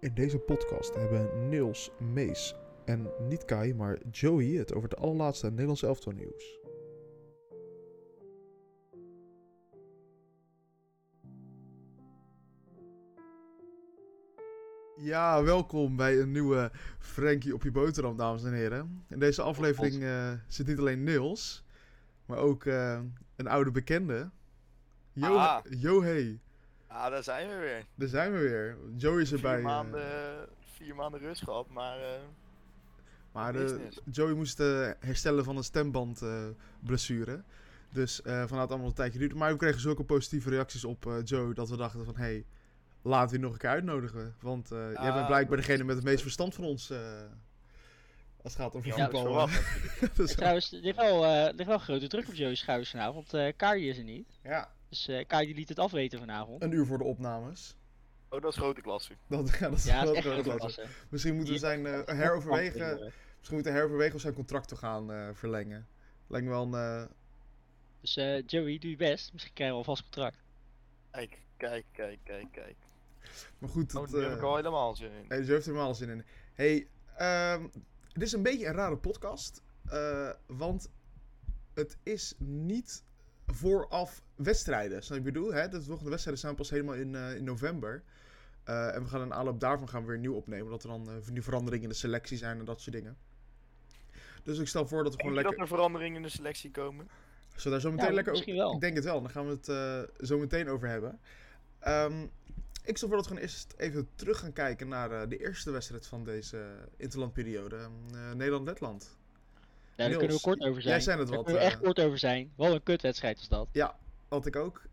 In deze podcast hebben Niels, Mees en niet Kai, maar Joey het over het allerlaatste Nederlands elftal nieuws. Ja, welkom bij een nieuwe Frankie op je boterham, dames en heren. In deze aflevering zit niet alleen Niels, maar ook een oude bekende. Hey. Ah, daar zijn we weer. Daar zijn we weer. Joey is erbij. 4 maanden rust gehad, maar Joey moest herstellen van een stembandblessure. Dus vanuit allemaal een tijdje duurde. Maar we kregen zulke positieve reacties op Joey dat we dachten van... Hey, laten we je nog een keer uitnodigen. Want jij bent blijkbaar degene met het meest verstand van ons... als het gaat over voetbal. Trouwens, er ligt wel grote druk op Joey's schouders vanavond. Want Kai is er niet. Ja. Dus Kai liet het afweten vanavond. Een uur voor de opnames. Oh, dat is grote klasse. Dat is echt grote klasse. Misschien moeten we zijn heroverwegen. Misschien moeten we heroverwegen of zijn contract te gaan verlengen. Lijkt me wel een... Dus Joey, doe je best. Misschien krijgen we alvast contract. Kijk. Maar goed, daar heb ik al helemaal zin in. Hey, dus je heeft er helemaal zin in. Hey, dit is een beetje een rare podcast. Want het is niet vooraf wedstrijden. Snap je wat ik bedoel? Hè? De volgende wedstrijden zijn pas helemaal in november. En we gaan in aanloop daarvan gaan we weer een nieuw opnemen. Omdat er dan die veranderingen in de selectie zijn en dat soort dingen. Dus ik stel voor dat we gewoon lekker... dat er veranderingen in de selectie komen? Zullen we daar zo meteen lekker over... Wel. Ik denk het wel. Dan gaan we het zo meteen over hebben. Ik stel voor dat we gewoon eerst even terug gaan kijken naar de eerste wedstrijd van deze interlandperiode. Nederland-Letland. Ja, daar kunnen we kort over zijn. Jij zei het daar wat. Kunnen we echt kort over zijn. Wat een kutwedstrijd was dat. Ja, had ik ook.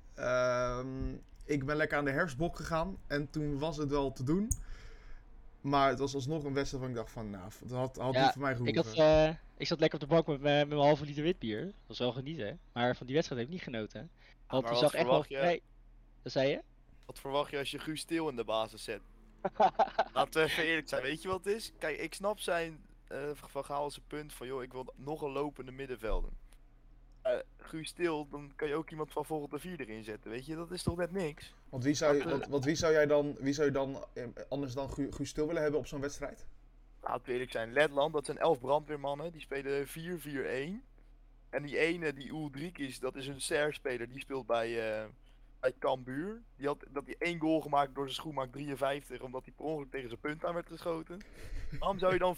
Ik ben lekker aan de herfstbok gegaan. En toen was het wel te doen. Maar het was alsnog een wedstrijd waarvan ik dacht van... Nou, dat had niet voor mij gehoeven. Ik zat lekker op de bank met mijn halve liter witbier. Dat was wel genieten. Maar van die wedstrijd heb ik niet genoten. Want je zag echt wel... Nee, dat zei je? Wat verwacht je als je Guus Til in de basis zet? Laten we even eerlijk zijn. Weet je wat het is? Kijk, ik snap zijn... Van Gaal zijn punt van... Joh, ik wil nog een lopende middenvelder. Guus Til, dan kan je ook iemand van volgende 4 erin zetten. Weet je, dat is toch net niks? Want wie zou je dan anders dan Guus Til willen hebben op zo'n wedstrijd? Laten we eerlijk zijn, Letland, dat zijn 11 brandweermannen, die spelen 4-4-1. En die ene, die Uldrikis, dat is een SER-speler, die speelt bij Cambuur. Die had 1 goal gemaakt door zijn schoenmaak 53, omdat hij per ongeluk tegen zijn punt aan werd geschoten. Waarom zou je dan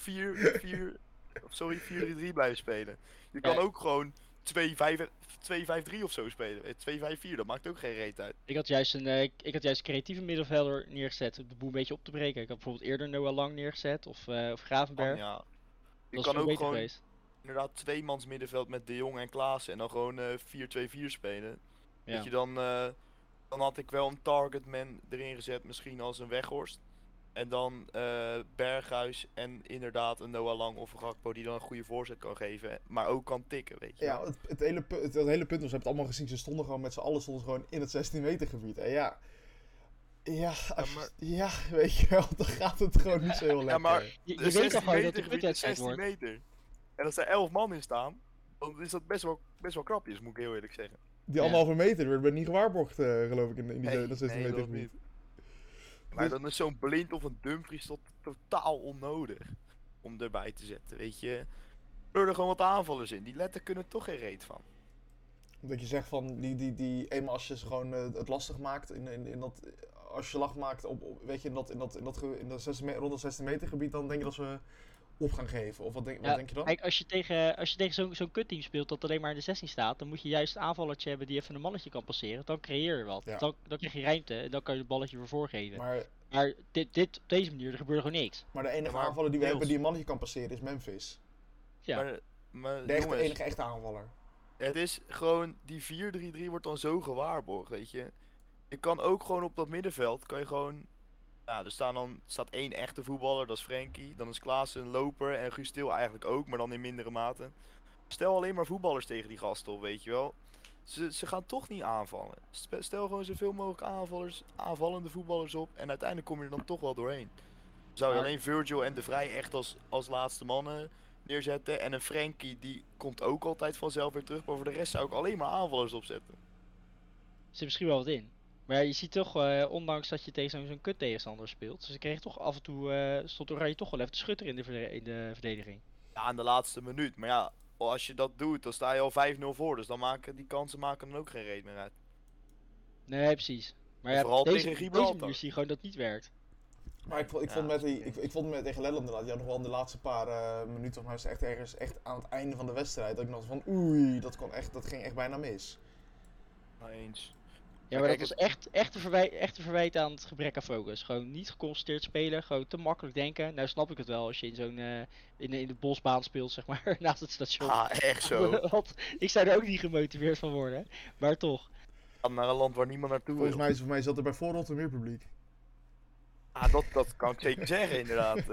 4-3-3 blijven spelen? Je kan ook gewoon 2-5-3 of zo spelen. 2-5-4, dat maakt ook geen reet uit. Ik had juist een creatieve middenvelder neergezet om de boel een beetje op te breken. Ik had bijvoorbeeld eerder Noah Lang neergezet of Gravenberg. Ja. Je dat kan ook gewoon geweest. Inderdaad 2-mans middenveld met De Jong en Klaassen en dan gewoon 4-2-4 spelen. Ja. Dat je dan had ik wel een targetman erin gezet, misschien als een Weghorst. En dan Berghuis en inderdaad een Noah Lang of een Gakpo die dan een goede voorzet kan geven. Maar ook kan tikken, weet je. Ja, het hele punt was, je hebt het allemaal gezien, ze stonden gewoon met z'n allen gewoon in het 16 meter gebied. En weet je wel, dan gaat het gewoon niet zo heel lekker. Ja, maar je weet toch gewoon dat het gebied 16 meter. En als er 11 man in staan, dan is dat best wel krapjes, moet ik heel eerlijk zeggen. Die 1,5 meter werd niet gewaarborgd, geloof ik, in dat 16 meter gebied. Niet. Maar dan is zo'n Blind of een Dumfries totaal onnodig om erbij te zetten, weet je. Er gewoon wat aanvallers in, die letten kunnen toch geen reet van. Omdat je zegt van, die eenmaal als je gewoon het lastig maakt, in dat, als je lach maakt weet je, in dat 16 rond het 16 meter gebied, dan denk je dat ze op gaan geven. Of wat denk je dan? Kijk, als je tegen zo'n kutteam speelt dat alleen maar in de 16 staat, dan moet je juist een aanvallertje hebben die even een mannetje kan passeren. Dan creëer je wat. Ja. Dan krijg je ruimte en dan kan je het balletje weer voorgeven. Maar op deze manier, er gebeurt gewoon niks. Maar de enige aanvaller die we hebben die een mannetje kan passeren is Memphis. Ja. Maar de enige echte aanvaller. Het is gewoon, die 4-3-3 wordt dan zo gewaarborgd, weet je. Je kan ook gewoon op dat middenveld, kan je gewoon... Ja, er staat 1 echte voetballer, dat is Frankie. Dan is Klaassen een loper en Guus Til eigenlijk ook, maar dan in mindere mate. Stel alleen maar voetballers tegen die gasten op, weet je wel. Ze gaan toch niet aanvallen. Stel gewoon zoveel mogelijk aanvallende voetballers op en uiteindelijk kom je er dan toch wel doorheen. Zou je alleen Virgil en De Vrij echt als laatste mannen neerzetten. En een Frankie die komt ook altijd vanzelf weer terug, maar voor de rest zou ik alleen maar aanvallers opzetten. Er zit misschien wel wat in. Maar ja, je ziet toch, ondanks dat je tegen zo'n kut tegenstander speelt, dus ik kreeg toch af en toe, stond Oranje toch wel even te schutteren in de verdediging. Ja, aan de laatste minuut. Maar ja, als je dat doet, dan sta je al 5-0 voor. Dus dan maken die kansen maken dan ook geen reet meer uit. Nee, precies. Maar ja, Vooral deze tegen manier Gibraltar. zie je gewoon dat het niet werkt. Maar ik vond met tegen Letland inderdaad, ja, nog wel in de laatste paar minuten, maar was echt ergens echt aan het einde van de wedstrijd, dat ik nog van oei, dat ging echt bijna mis. Nou, eens. Ja, maar dat was echt een verwijt aan het gebrek aan focus. Gewoon niet geconcentreerd spelen, gewoon te makkelijk denken. Nou snap ik het wel als je in zo'n in de bosbaan speelt, zeg maar, naast het station. Ah, echt zo. Want ik zou er ook niet gemotiveerd van worden, maar toch. Naar een land waar niemand naartoe wil. Volgens mij zat er bij Voorrot meer publiek. Ah, dat kan ik zeker zeggen, inderdaad.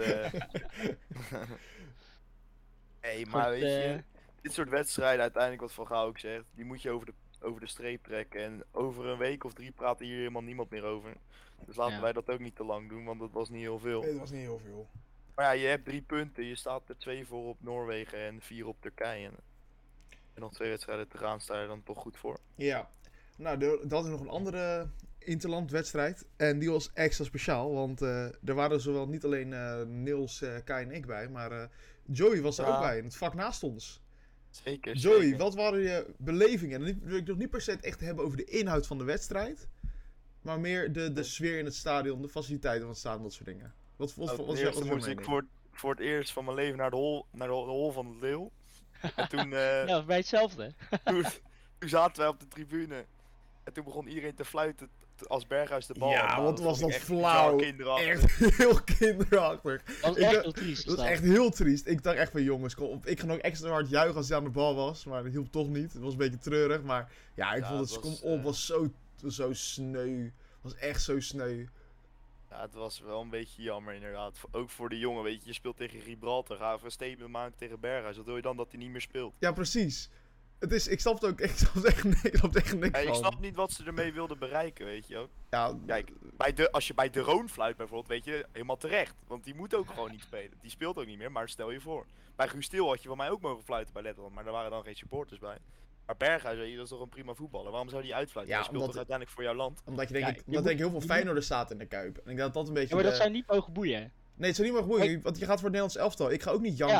Nee, maar Goed, weet je, dit soort wedstrijden, uiteindelijk wat Van Gaal ook zegt, die moet je over de streep trekken. En over een week of 3 praat hier helemaal niemand meer over. Dus laten wij dat ook niet te lang doen, want dat was niet heel veel. Nee, dat was niet heel veel. Maar ja, je hebt 3 punten, je staat er 2 voor op Noorwegen en 4 op Turkije. En nog 2 wedstrijden te gaan, sta je dan toch goed voor. Ja, nou, dat is nog een andere interlandwedstrijd. En die was extra speciaal, want er waren zowel niet alleen Niels, Kai en ik bij, maar Joey was er ook bij, in het vak naast ons. Zeker. Joey, zeker. wat waren je belevingen? En dan wil ik nog niet per se het echt hebben over de inhoud van de wedstrijd, maar meer de sfeer in het stadion, de faciliteiten van het stadion, dat soort dingen. Wat was jouw moest ik mening? voor het eerst van mijn leven naar de hol van het Leeuw. En toen, Ja, bij hetzelfde. toen zaten wij op de tribune. En toen begon iedereen te fluiten als Berghuis de bal. Ja, wat was dat echt flauw. Echt heel kinderachtig. Dat was echt heel triest. Dat was echt heel triest. Ik dacht echt van jongens, kom op. Ik ga nog extra hard juichen als hij aan de bal was. Maar dat hielp toch niet. Het was een beetje treurig. Maar ja, ik vond het, kom op, was zo sneu. Het was echt zo sneu. Ja, het was wel een beetje jammer inderdaad. Ook voor de jongen, weet je. Je speelt tegen Gibraltar. Ga even een statement maken tegen Berghuis. Wat wil je dan dat hij niet meer speelt? Ja, precies. Ik snap het ook. Ik snap echt niks van. Ik snap niet wat ze ermee wilden bereiken, weet je ook. Ja, kijk, als je bij De Roon fluit bijvoorbeeld, weet je, helemaal terecht. Want die moet ook gewoon niet spelen. Die speelt ook niet meer, maar stel je voor. Bij Guus Til had je van mij ook mogen fluiten bij Letland, maar daar waren dan geen supporters bij. Maar Berghuis, weet je, dat is toch een prima voetballer. Waarom zou die uitfluiten? Ja, hij speelt toch uiteindelijk voor jouw land? Omdat je denkt, dat denk ik heel veel Feyenoorders staat in de Kuip. En ik denk dat dat een beetje... Ja, maar dat zijn niet mogen boeien. Nee, het zou niet meer boeien, want je gaat voor het Nederlands elftal. Ik ga ook niet janken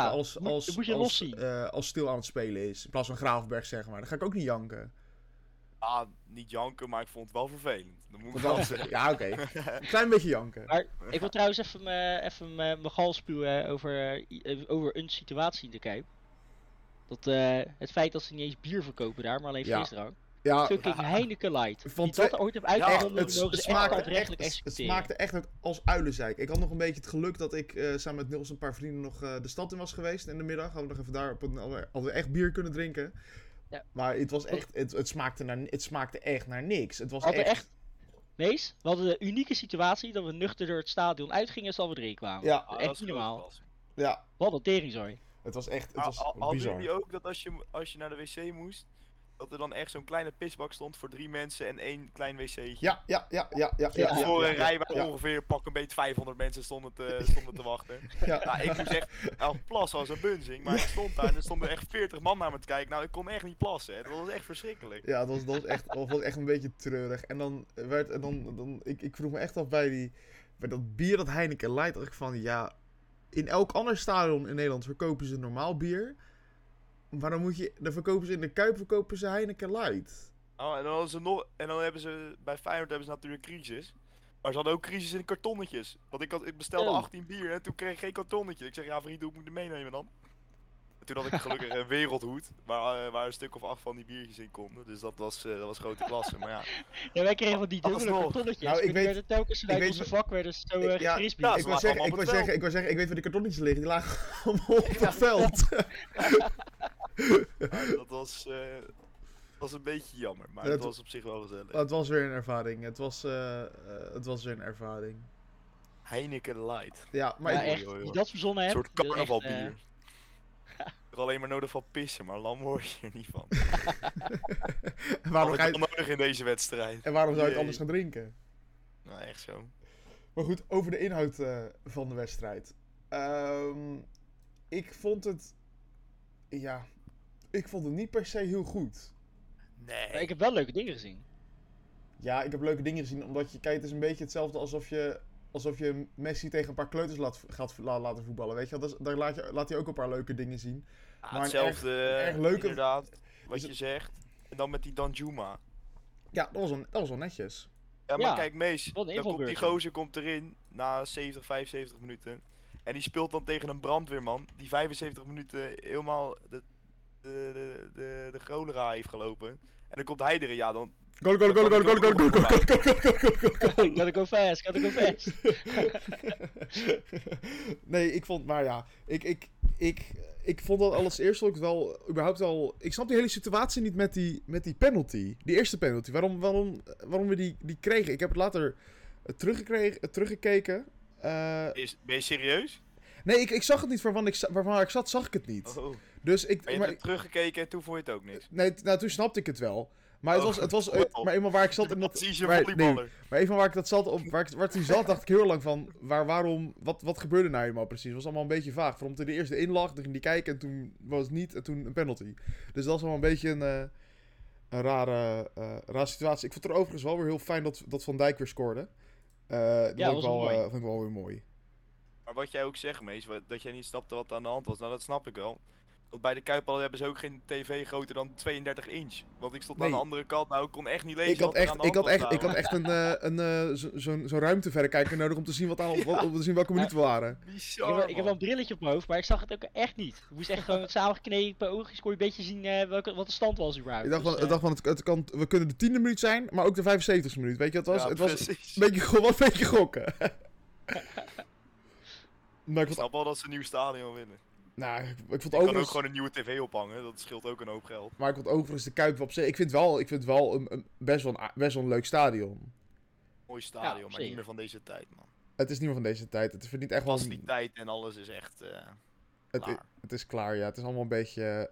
als Stil aan het spelen is. In plaats van Gravenberg, zeg maar. Dan ga ik ook niet janken. Ah, niet janken, maar ik vond het wel vervelend. Dat moet ik wel zeggen. Ja, oké. Een klein beetje janken. Maar ik wil trouwens even mijn gal spuwen over een situatie in de Kuip. Het feit dat ze niet eens bier verkopen daar, maar alleen frisdrank. Ja. Fucking Heineken Light. Van Die dat ooit heb uitgevonden, het smaakte echt als uilenzeik. Ik had nog een beetje het geluk dat ik samen met Niels en een paar vrienden nog de stad in was geweest in de middag. Hadden we nog even daar hadden we echt bier kunnen drinken. Ja. Maar het was echt, het smaakte echt naar niks. Het was Mees, we hadden de unieke situatie dat we nuchter door het stadion uitgingen als we erin kwamen. Ja. Echt niet normaal. Ja. Wat een teringzooi. Het was echt, het was hadden bizar. jullie ook dat als je naar de wc moest, dat er dan echt zo'n kleine pisbak stond voor 3 mensen en 1 klein wc'tje? Ja. Voor een rij waar ongeveer pak een beetje 500 mensen stonden te wachten. Ja, ik moest echt plassen als een bunzing, maar ik stond daar en er stonden echt 40 man naar me te kijken. Nou, ik kon echt niet plassen, hè. Dat was echt verschrikkelijk. Ja, dat was echt een beetje treurig. En dan ik vroeg me echt af bij dat bier, dat Heineken Light, dacht ik van, ja, in elk ander stadion in Nederland verkopen ze normaal bier. Maar dan verkopen ze in de Kuip Heineken Light. Oh, en dan hebben ze bij Feyenoord hebben ze natuurlijk crisis. Maar ze hadden ook crisis in kartonnetjes. Want ik bestelde 18 bier en toen kreeg ik geen kartonnetje. Ik zeg, ja vriend, hoe moet ik er meenemen dan? En toen had ik gelukkig een wereldhoed, waar een stuk of 8 van die biertjes in konden. Dus dat was grote klasse, maar ja. Ja, wij kregen van die dubbele kartonnetjes. Nou, ik weet telkens vanuit onze vak werden zo gerispeld. Ja, ik wil zeggen, ik weet waar die kartonnetjes liggen. Die lagen allemaal op het veld. Dat was een beetje jammer, maar het was op zich wel gezellig. Het was weer een ervaring. Het was weer een ervaring. Heineken Light. Ja, maar echt, die dat verzonnen hebt. Een soort carnavalbier. Ik heb alleen maar nodig van pissen, maar lam word je er niet van. Waarom ga je nodig in deze wedstrijd? En waarom zou je het anders gaan drinken? Nou, echt zo. Maar goed, over de inhoud van de wedstrijd. Ik vond het niet per se heel goed. Nee. Ik heb wel leuke dingen gezien. Ja, ik heb leuke dingen gezien, omdat je kijkt, het is een beetje hetzelfde alsof je Messi tegen een paar kleuters gaat laten voetballen, weet je wel. Daar laat hij ook een paar leuke dingen zien. Ja, maar hetzelfde, erg leuke... inderdaad, wat je zegt. En dan met die Danjuma. Ja, dat was wel netjes. Ja, maar Ja, kijk, Mees, wat een dan komt die invalbeurt. gozer erin na 75 minuten. En die speelt dan tegen een brandweerman die 75 minuten helemaal de cholera heeft gelopen. En dan komt hij erin, ja dan... Goal. Gotta go fast, gotta go fast. Nee, ik vond, maar ja, ik vond dat alles eerst wel, überhaupt al, ik snap die hele situatie niet met die penalty. Die eerste penalty, waarom we die kregen. Ik heb het later teruggekeken. Ben je serieus? Nee, ik zag het niet, waarvan ik zag ik het niet. Oh. Dus Maar je hebt teruggekeken en toen vond je het ook niks. Nee, nou toen snapte ik het wel. Maar het was maar eenmaal waar ik zat in dat... Precies een volleyballer. Maar even waar ik dat zat, waar het toen zat, dacht ik heel lang van, wat gebeurde nou helemaal precies? Het was allemaal een beetje vaag. Waarom toen de eerste in lag, toen ging die kijken en toen was het niet en toen een penalty. Dus dat was wel een beetje een rare situatie. Ik vond het er overigens wel weer heel fijn dat Van Dijk weer scoorde. Dat vond ik wel weer mooi. Maar wat jij ook zegt, Mees, dat jij niet snapte wat er aan de hand was, nou dat snap ik wel. Want bij de Kuip hebben ze ook geen tv groter dan 32 inch. Want ik stond aan de andere kant, nou ik kon echt niet lezen wat er aan de hand was. Ik had echt zo'n ruimteverrekijker nodig om te zien om te zien welke minuten we waren. Bizar, ik heb wel een brilletje op mijn hoofd, maar ik zag het ook echt niet. Ik moest echt gewoon samengeknepen oogjes, kon je een beetje zien wat de stand was überhaupt. Ik dacht van, we kunnen de 10e minuut zijn, maar ook de 75e minuut. Weet je wat het was? Ja, het was een beetje gokken. Maar ik snap wel dat ze een nieuw stadion winnen. Nou, ik vond overigens... kan ook gewoon een nieuwe tv ophangen, dat scheelt ook een hoop geld. Maar ik vond overigens de Kuip op zich... Ik vind het wel best wel een leuk stadion. Mooi stadion, maar niet meer van deze tijd, man. Het is niet meer van deze tijd. Het verdient echt wel... Faciliteit en alles is echt klaar. Het is klaar, ja. Het is allemaal een beetje...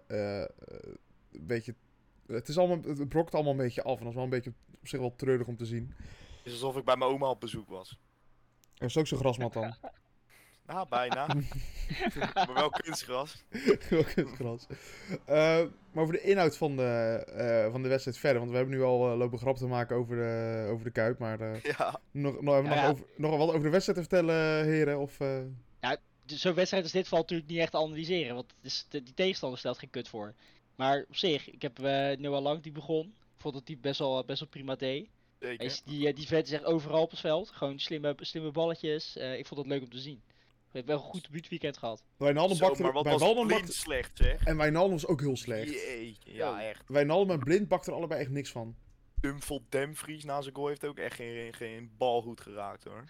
Het brokt allemaal een beetje af. En dat is wel een beetje op zich wel treurig om te zien. Het is alsof ik bij mijn oma op bezoek was. Er is ook zo'n grasmat dan. Nou, bijna. Maar wel kunstgras. Wel kunstgras. Maar over de inhoud van de wedstrijd verder. Want we hebben nu al lopen grap te maken over de Kuip. Maar ja. nog wat over de wedstrijd te vertellen, heren? Of, Ja, zo'n wedstrijd als dit valt natuurlijk niet echt te analyseren. Want die tegenstander stelt geen kut voor. Maar op zich, ik heb Noah Lang die begon. Ik vond dat die best wel prima deed. Die vent is echt overal op het veld. Gewoon slimme balletjes. Ik vond het leuk om te zien. We hebben wel een goed debuutweekend gehad. Wijnaldum bakte slecht, zeg. En Wijnaldum was ook heel slecht. Jeetje, ja, echt. Wijnaldum en Blind bakten er allebei echt niks van. Dumfries na zijn goal heeft ook echt geen bal goed geraakt, hoor.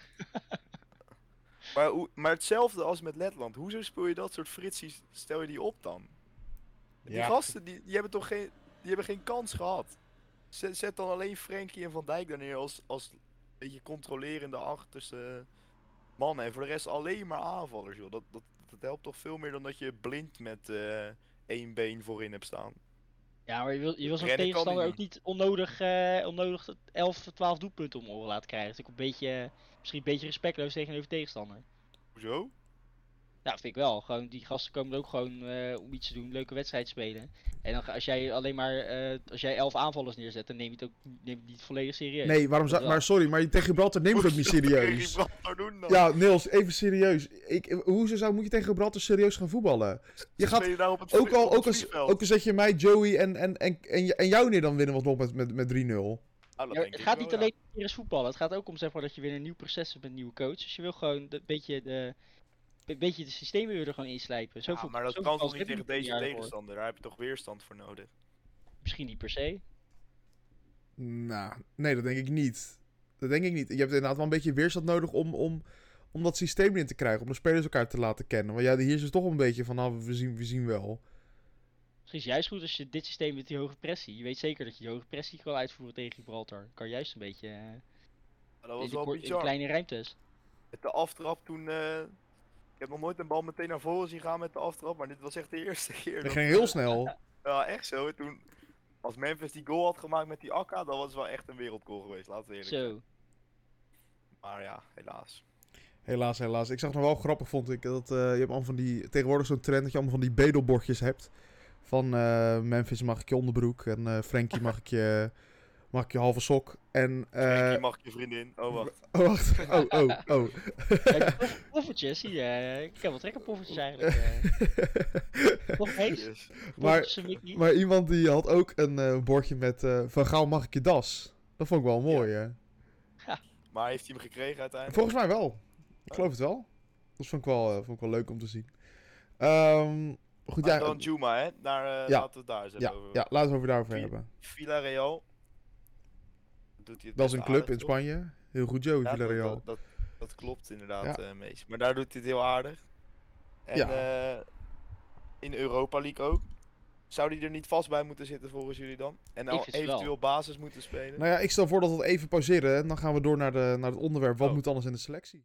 maar hetzelfde als met Letland. Hoezo speel je dat soort fritsies, stel je die op dan? Die gasten, die hebben toch geen kans gehad. Zet dan alleen Frenkie en Van Dijk daar neer als beetje controlerende achterste mannen. En voor de rest alleen maar aanvallers, joh. Dat helpt toch veel meer dan dat je Blind met 1 been voorin hebt staan. Ja, maar je wil zo'n tegenstander ook niet onnodig 11, 12 doelpunten om oren laten krijgen. Dat is ook misschien een beetje respectloos tegenover tegenstander. Hoezo? Ja, vind ik wel. Gewoon, die gasten komen ook gewoon om iets te doen, leuke wedstrijd spelen. En dan als jij alleen maar als jij 11 aanvallers neerzet, dan neem je het niet volledig serieus. Nee, maar sorry, maar tegen Gibraltar neem je het ook niet serieus. Doen dan? Ja, Niels, even serieus. Hoezo moet je tegen Gibraltar serieus gaan voetballen? Je gaat nou ook al zet je mij, Joey en jou neer, dan winnen we nog met 3-0. Het gaat niet alleen om serieus voetballen. Het gaat ook om zeg maar dat je weer een nieuw proces hebt met een nieuwe coach. Dus je wil gewoon een beetje de systemen weer er gewoon inslijpen. Maar dat kan toch niet tegen deze tegenstander? Daar heb je toch weerstand voor nodig? Misschien niet per se. Nou, nee, dat denk ik niet. Je hebt inderdaad wel een beetje weerstand nodig om dat systeem in te krijgen. Om de spelers elkaar te laten kennen. Want ja, hier is het toch een beetje van, nou, we zien wel. Misschien is het juist goed als je dit systeem met die hoge pressie. Je weet zeker dat je die hoge pressie kan uitvoeren tegen Gibraltar. Kan juist een beetje dat was wel bizar. In kleine ruimtes. Met de aftrap toen... Ik heb nog nooit een bal meteen naar voren zien gaan met de aftrap, maar dit was echt de eerste keer. Dat ging heel snel. Ja, echt zo. Toen, als Memphis die goal had gemaakt met die Akka, dan was het wel echt een wereldgoal geweest, laten we eerlijk zijn. Maar ja, helaas. Helaas. Ik zag nog wel grappig, vond ik, dat je hebt allemaal van die... Tegenwoordig zo'n trend dat je allemaal van die bedelbordjes hebt. Van Memphis mag ik je onderbroek en Frenkie mag Mag ik je halve sok? En... Frenkie, mag ik je vriendin? Oh, wacht. Oh, wacht. Oh. Poffertjes, zie je. Ik kan wel trekken poffertjes eigenlijk. Nog eens? Yes. Maar iemand die had ook een bordje met... Van Gaal mag ik je das? Dat vond ik wel mooi, hè? Maar heeft hij hem gekregen uiteindelijk? Volgens mij wel. Ik geloof het wel. Dat vond ik wel leuk om te zien. Goed, maar dan Juma, hè? Laten we het daar eens over. Ja, laten we het daarover hebben. Villarreal. Doet hij het dat is een club aardig, in Spanje. Heel goed, Joe, Villarreal. Dat klopt inderdaad, Mees. Maar daar doet hij het heel aardig. En in de Europa League ook. Zou die er niet vast bij moeten zitten volgens jullie dan? En nou eventueel basis moeten spelen? Nou ja, ik stel voor dat we het even pauzeren. En dan gaan we door naar het onderwerp. Wat moet anders in de selectie?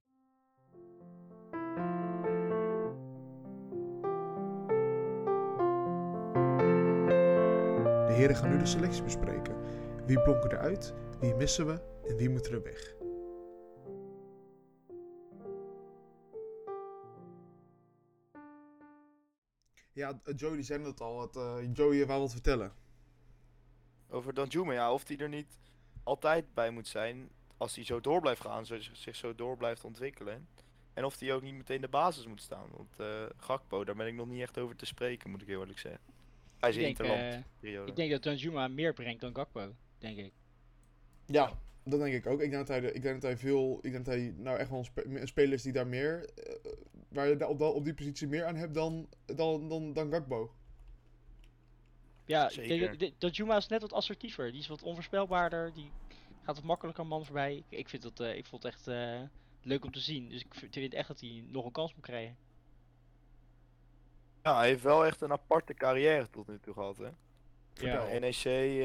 De heren gaan nu de selectie bespreken. Wie blonken eruit? Wie missen we? En wie moet er weg? Ja, Joey die zei het al. Joey wou wat vertellen. Over Danjuma, ja. Of die er niet altijd bij moet zijn als hij zo door blijft gaan. Zich zo door blijft ontwikkelen. En of hij ook niet meteen de basis moet staan. Want Gakpo, daar ben ik nog niet echt over te spreken, moet ik heel eerlijk zeggen. Hij is interland. Ik denk dat Danjuma meer brengt dan Gakpo, denk ik. Ja, dat denk ik ook. Ik denk dat hij nou echt wel een speler is die daar meer... waar je op die positie meer aan hebt dan Gakpo. Ja, Danjuma is net wat assertiever. Die is wat onvoorspelbaarder. Die gaat wat makkelijker aan man voorbij. Ik vond het echt leuk om te zien. Dus ik vind echt dat hij nog een kans moet krijgen. Ja, hij heeft wel echt een aparte carrière tot nu toe gehad, hè? Ja. NEC,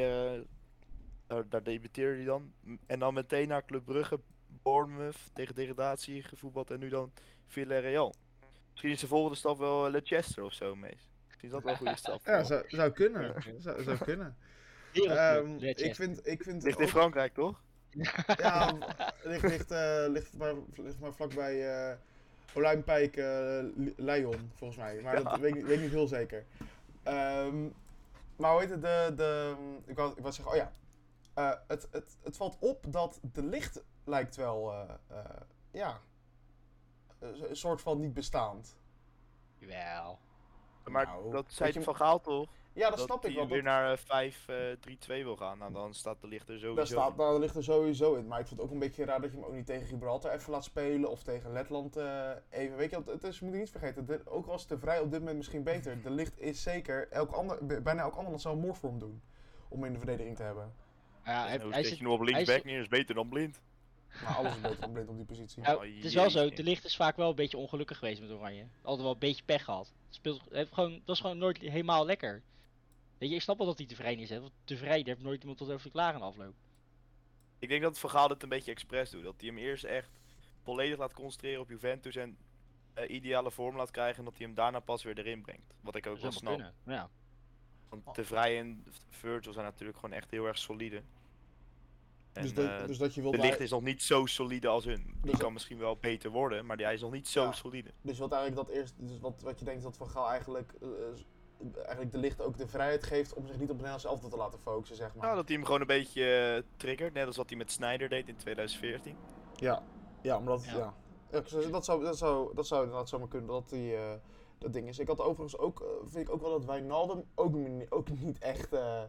daar debuteerde hij dan. En dan meteen naar Club Brugge, Bournemouth, tegen degradatie gevoetbald en nu dan Villarreal. Misschien is de volgende stap wel Leicester of zo, Mees. Misschien is dat wel een goede stap. Ja, zou kunnen. zou kunnen. Ik vind ligt in Frankrijk, toch? Ja, ligt maar vlakbij Olympique Lyon, volgens mij. Maar dat weet ik niet heel zeker. Maar hoe heet het? Ik wou zeggen, het valt op dat de licht lijkt wel, een soort van niet bestaand. Jawel. Maar dat zei Van Gaal toch? Ja, dat snap ik wel. Dat hij weer naar 5-3-2 wil gaan. Nou, dan staat de licht er sowieso in. Daar ligt er sowieso in. Maar ik vond het ook een beetje raar dat je hem ook niet tegen Gibraltar even laat spelen. Of tegen Letland even. Weet je, moet je niet vergeten. Ook als De Vrij op dit moment misschien beter. De licht is zeker. Bijna elk ander land zou een moord voor hem doen. Om in de verdediging te hebben. Ja, hij zit nu op linksback neer. Is beter dan Blind. Maar alles is beter dan Blind op die positie. Nou, het is wel zo. De licht is vaak wel een beetje ongelukkig geweest met Oranje. Altijd wel een beetje pech gehad. Dat was gewoon nooit helemaal lekker. Weet je, ik snap wel dat hij te vrij neerzet, want te vrij, daar heeft nooit iemand tot over te klagen in de afloop. Ik denk dat Van Gaal het een beetje expres doet. Dat hij hem eerst echt volledig laat concentreren op Juventus en ideale vorm laat krijgen. En dat hij hem daarna pas weer erin brengt. Wat ik ook wel snap. Ja. Want de Vrij en Virgil zijn natuurlijk gewoon echt heel erg solide. En, dus dat je wilt de licht is nog niet zo solide als hun. Die kan misschien wel beter worden, maar hij is nog niet zo solide. Dus wat eigenlijk wat je denkt dat Van Gaal eigenlijk de licht ook de vrijheid geeft om zich niet op het Nederlands elftal te laten focussen, zeg maar. Nou, dat hij hem gewoon een beetje triggert, net als wat hij met Sneijder deed in 2014. Ja, omdat dat zou inderdaad zomaar kunnen dat hij dat ding is. Ik had overigens ook, vind ik ook wel dat Wijnaldum ook niet echt...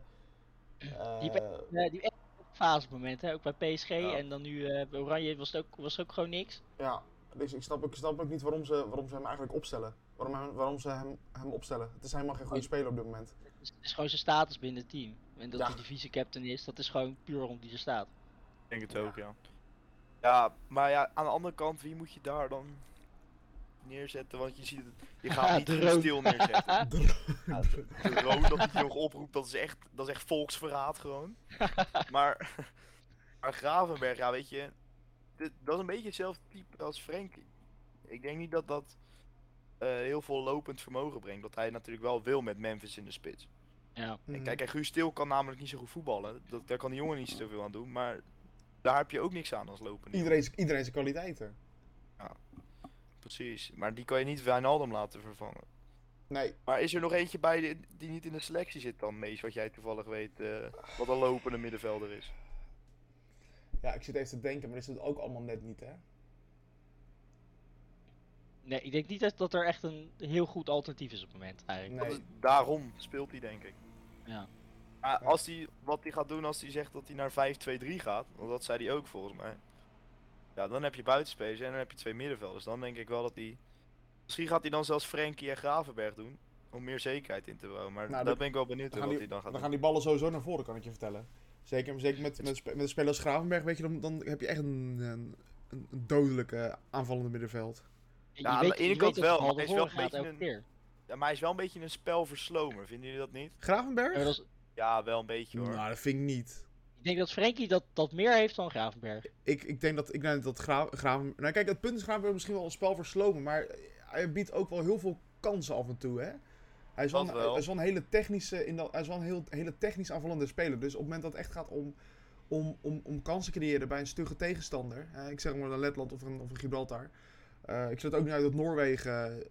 die echt fasemoment, hè? Ook bij PSG en dan nu bij Oranje was het ook gewoon niks. Ja, dus ik snap ook niet waarom ze hem eigenlijk opstellen. Waarom ze hem opstellen. Het is helemaal geen goede speler op dit moment. Het is gewoon zijn status binnen het team. En dat hij de vice-captain is, dat is gewoon puur om die er staat. Ik denk het ook, ja. Ja, maar ja, aan de andere kant, wie moet je daar dan neerzetten? Want je ziet het, je gaat niet Guus Til neerzetten. De Roon dat hij nog oproept, dat is echt volksverraad gewoon. Maar Gravenberg, ja, weet je, dat is een beetje hetzelfde type als Frenkie. Ik denk niet dat heel veel lopend vermogen brengt. Dat hij natuurlijk wel wil met Memphis in de spits. Ja. En kijk, Guus Til kan namelijk niet zo goed voetballen. Daar kan die jongen niet zoveel aan doen. Maar daar heb je ook niks aan als lopen. Iedereen zijn kwaliteiten. Ja, precies. Maar die kan je niet Wijnaldum laten vervangen. Nee. Maar is er nog eentje bij die niet in de selectie zit dan, Mees, wat jij toevallig weet, wat een lopende middenvelder is? Ja, ik zit even te denken, maar is het ook allemaal net niet, hè? Nee, ik denk niet dat er echt een heel goed alternatief is op het moment eigenlijk. Nee. Daarom speelt hij, denk ik. Ja. Maar wat hij gaat doen als hij zegt dat hij naar 5-2-3 gaat, want dat zei hij ook volgens mij. Ja, dan heb je buitenspelers en dan heb je 2 middenvelders. Dan denk ik wel dat hij... Misschien gaat hij dan zelfs Frenkie en Gravenberg doen, om meer zekerheid in te bouwen. Maar daar ben ik wel benieuwd wat hij dan gaat doen. Dan gaan die ballen sowieso naar voren, kan ik je vertellen. Zeker met een speler als Gravenberg, weet je, dan heb je echt een dodelijke aanvallende middenveld. Ja, aan de ene kant wel, maar hij is wel een beetje keer. Ja, maar hij is wel een beetje een spelverslomer, vinden jullie dat niet? Gravenberg? Ja, wel een beetje hoor. Nou, dat vind ik niet. Ik denk dat Frenkie dat meer heeft dan Gravenberg. Ik denk dat Gravenberg... Nou kijk, het punt is Gravenberg misschien wel een spel verslomen, maar hij biedt ook wel heel veel kansen af en toe, hè? Hij is wel een hele hele technisch aanvallende speler. Dus op het moment dat het echt gaat om kansen creëren bij een stugge tegenstander, ik zeg maar een Letland of een Gibraltar. Ik zet ook niet uit dat Noorwegen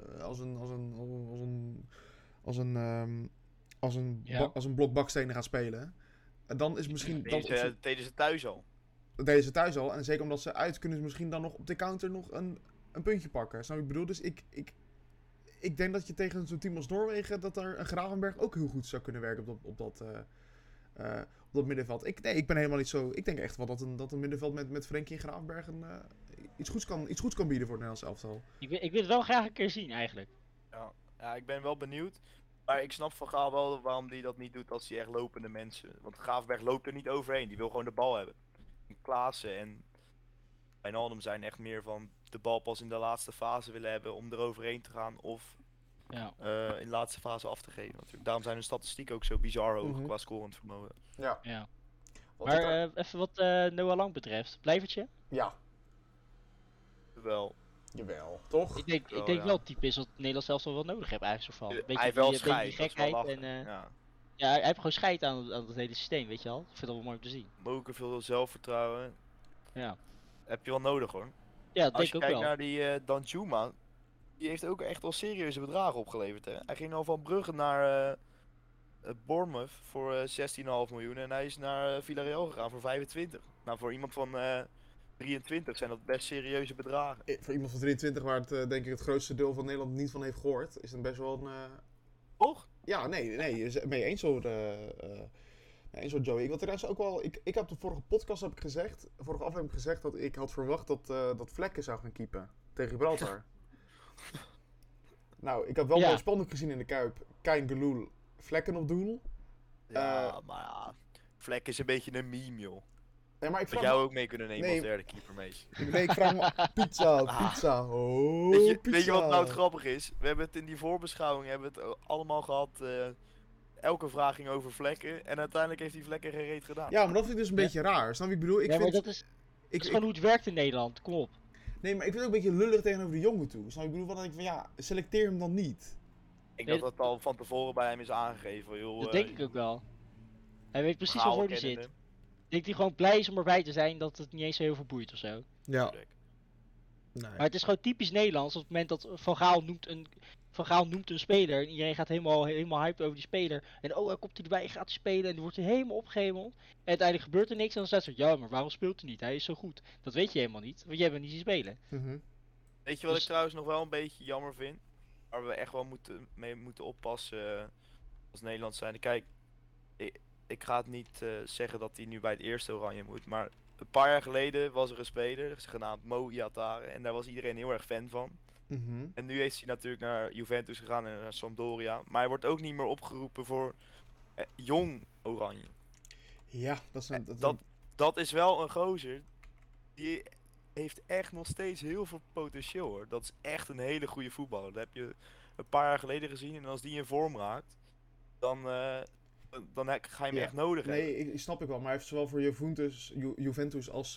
als een blok bakstenen gaat spelen. Dan is misschien... Deden ze thuis al. Dat deden ze thuis al. En zeker omdat ze uit kunnen ze misschien dan nog op de counter nog een puntje pakken. Snap je wat ik bedoel? Dus ik denk dat je tegen zo'n team als Noorwegen, dat er een Gravenberg ook heel goed zou kunnen werken op dat middenveld. Ik ben helemaal niet zo... Ik denk echt wel dat een middenveld met Frenkie en Gravenberg iets goeds kan bieden voor het Nederlands elftal. Ik wil het wel graag een keer zien eigenlijk. Ja, ik ben wel benieuwd. Maar ik snap van Gaal wel waarom hij dat niet doet als hij echt lopende mensen... Want Gravenberg loopt er niet overheen, die wil gewoon de bal hebben. Klaassen en Wijnaldum zijn echt meer van de bal pas in de laatste fase willen hebben om er overheen te gaan of in de laatste fase af te geven natuurlijk. Daarom zijn hun statistieken ook zo bizar hoog qua scorend vermogen. Ja. Maar even wat Noah Lang betreft, blijvertje? Ja. Wel. Jawel, toch? Ik denk wel het type is wat Nederland zelfs wel nodig heeft eigenlijk zo van. Hij heeft wel scheid, gekheid en hij heeft gewoon scheid aan het hele systeem, weet je wel. Ik vind dat wel mooi om te zien. Ook veel zelfvertrouwen. Ja. Heb je wel nodig hoor. Ja, dat als denk ik je ook kijkt wel. naar die Danjuma, die heeft ook echt wel serieuze bedragen opgeleverd hè. Hij ging al van Brugge naar Bournemouth voor 16,5 miljoen en hij is naar Villarreal gegaan voor 25. Nou, voor iemand van 23 zijn dat best serieuze bedragen. Voor iemand van 23 waar het denk ik het grootste deel van Nederland niet van heeft gehoord, is het best wel een... Toch? Ja, nee, ben je eens zo... eens zo Joey. Ik wil trouwens ook wel... Ik heb de vorige aflevering gezegd dat ik had verwacht dat Vlekken zou gaan keepen tegen Gibraltar. Nou, ik had wel mooi spannend gezien in de Kuip. Kein Geloel, Vlekken op doel. Ja, maar ja, Vlek is een beetje een meme joh. Nee, maar ik vraag jou ook mee kunnen nemen als derde keeper mees. Nee, ik vraag me... Pizza. Oh, weet je wat nou het grappig is? We hebben het in die voorbeschouwing allemaal gehad... Elke vraag ging over Vlekken en uiteindelijk heeft die Vlekken geen reet gedaan. Ja, maar dat vind ik dus een beetje raar. Snap je? Ik bedoel, maar dat is gewoon hoe het werkt in Nederland, kom op. Nee, maar ik vind het ook een beetje lullig tegenover de jongen toe. Snap je? Ik bedoel, dan denk ik van selecteer hem dan niet. Ik denk dat het al van tevoren bij hem is aangegeven. Joh, dat denk ik ook wel. Hij weet precies waarvoor hij zit. Ik denk hij gewoon blij is om erbij te zijn dat het niet eens zo heel veel boeit of zo. Ja. Nee. Maar het is gewoon typisch Nederlands op het moment dat Van Gaal noemt een speler en iedereen gaat helemaal hyped over die speler. En hij komt hij erbij, gaat hij spelen en die wordt hij helemaal opgehemeld. En uiteindelijk gebeurt er niks en dan staat zo, ja, maar waarom speelt hij niet? Hij is zo goed. Dat weet je helemaal niet, want jij hebt hem niet zien spelen. Weet je wat ik trouwens nog wel een beetje jammer vind? Waar we echt wel mee moeten oppassen als Nederland zijn. Kijk, ik ga het niet zeggen dat hij nu bij het eerste Oranje moet, maar een paar jaar geleden was er een speler, genaamd Mo Iatare, en daar was iedereen heel erg fan van. En nu is hij natuurlijk naar Juventus gegaan en naar Sampdoria, maar hij wordt ook niet meer opgeroepen voor jong Oranje. Ja, dat is wel een gozer, die heeft echt nog steeds heel veel potentieel hoor. Dat is echt een hele goede voetballer. Dat heb je een paar jaar geleden gezien en als die in vorm raakt, dan ga je hem echt nodig hebben. Nee, snap ik wel, maar hij heeft zowel voor Juventus als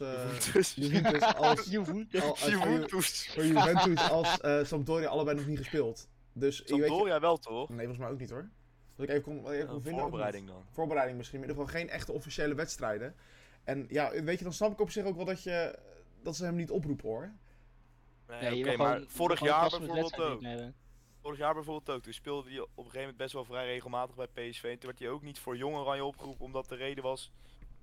Sampdoria allebei nog niet gespeeld. Dus Sampdoria wel toch? Nee, volgens mij ook niet hoor. Dat ik even kon vinden. Voorbereiding dan. Voorbereiding misschien, maar in ieder geval geen echte officiële wedstrijden. En ja, weet je, dan snap ik op zich ook wel dat ze hem niet oproepen hoor. Nee, oké, maar vorig jaar bijvoorbeeld ook. Vorig jaar bijvoorbeeld ook. Toen speelde hij op een gegeven moment best wel vrij regelmatig bij PSV. En toen werd hij ook niet voor Jong Oranje opgeroepen, omdat de reden was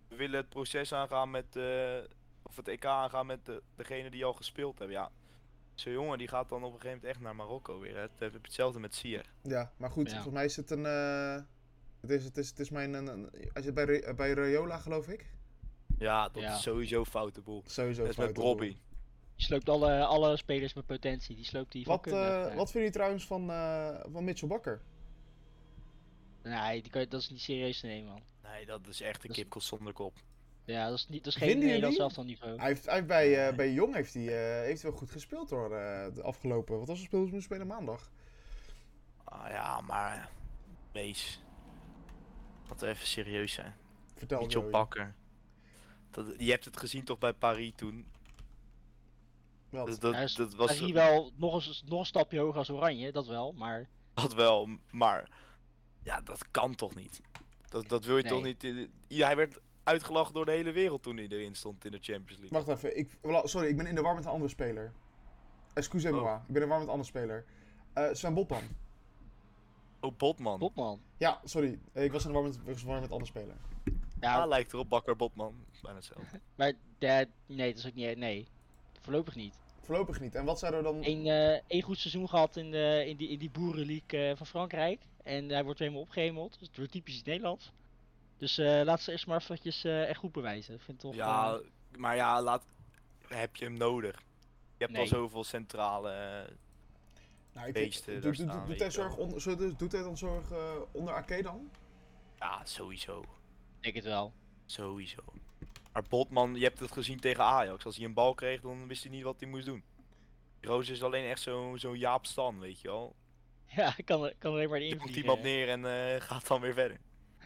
we willen het proces aangaan met, of het EK aangaan met degene die al gespeeld hebben. Ja, zo'n jongen die gaat dan op een gegeven moment echt naar Marokko weer. Hè. Het hetzelfde met Sier. Ja, maar goed, volgens mij is het een... Het is mijn... hij zit bij Rayola, geloof ik. Ja, dat is sowieso foute boel. Sowieso dat is met Robbie. Die sloopt alle spelers met potentie. Die sloopt die wat vinden jullie trouwens van Mitchell Bakker? Nee, dat is niet serieus te nemen, man. Nee, dat is echt een kipkos zonder kop. Ja, dat is geen Nederlands elftal niveau. Hij heeft bij Jong heeft hij wel goed gespeeld hoor, de afgelopen... Wat was het spelen maandag? Ja, maar... Wees. Laten we even serieus zijn. Vertel Mitchell Bakker. Je hebt het gezien toch bij Paris toen? Wat? Dat was Paris wel nog een stapje hoger als Oranje, dat wel, maar... Dat wel, maar... Ja, dat kan toch niet? Dat wil je toch niet... Hij werd uitgelachen door de hele wereld toen hij erin stond in de Champions League. Wacht even, sorry, ik ben in de war met een andere speler. Excusez-moi, ik ben in de war met een andere speler. Sven Botman. Oh, Botman. Botman. Ja, sorry, ik was in de war met een andere speler. Ja, lijkt erop, Bakker, Botman. Bijna hetzelfde. Maar, nee, dat is ook niet... Nee, voorlopig niet. Voorlopig niet. En wat zou er dan... Eén goed seizoen gehad in die boerenleague van Frankrijk. En hij wordt helemaal opgehemeld. Dus het wordt typisch Nederlands. Dus laat ze eerst maar eventjes echt goed bewijzen. Ik vind toch, ja, maar ja, heb je hem nodig? Je hebt al zoveel centrale beesten daar staan. Doet hij dan zorg onder Ake dan? Ja, sowieso. Ik denk het wel. Sowieso. Maar Botman, je hebt het gezien tegen Ajax. Als hij een bal kreeg, dan wist hij niet wat hij moest doen. Roos is alleen echt zo'n Jaap Stan, weet je wel. Ja, ik kan alleen maar de invliegen. Komt iemand neer en gaat dan weer verder.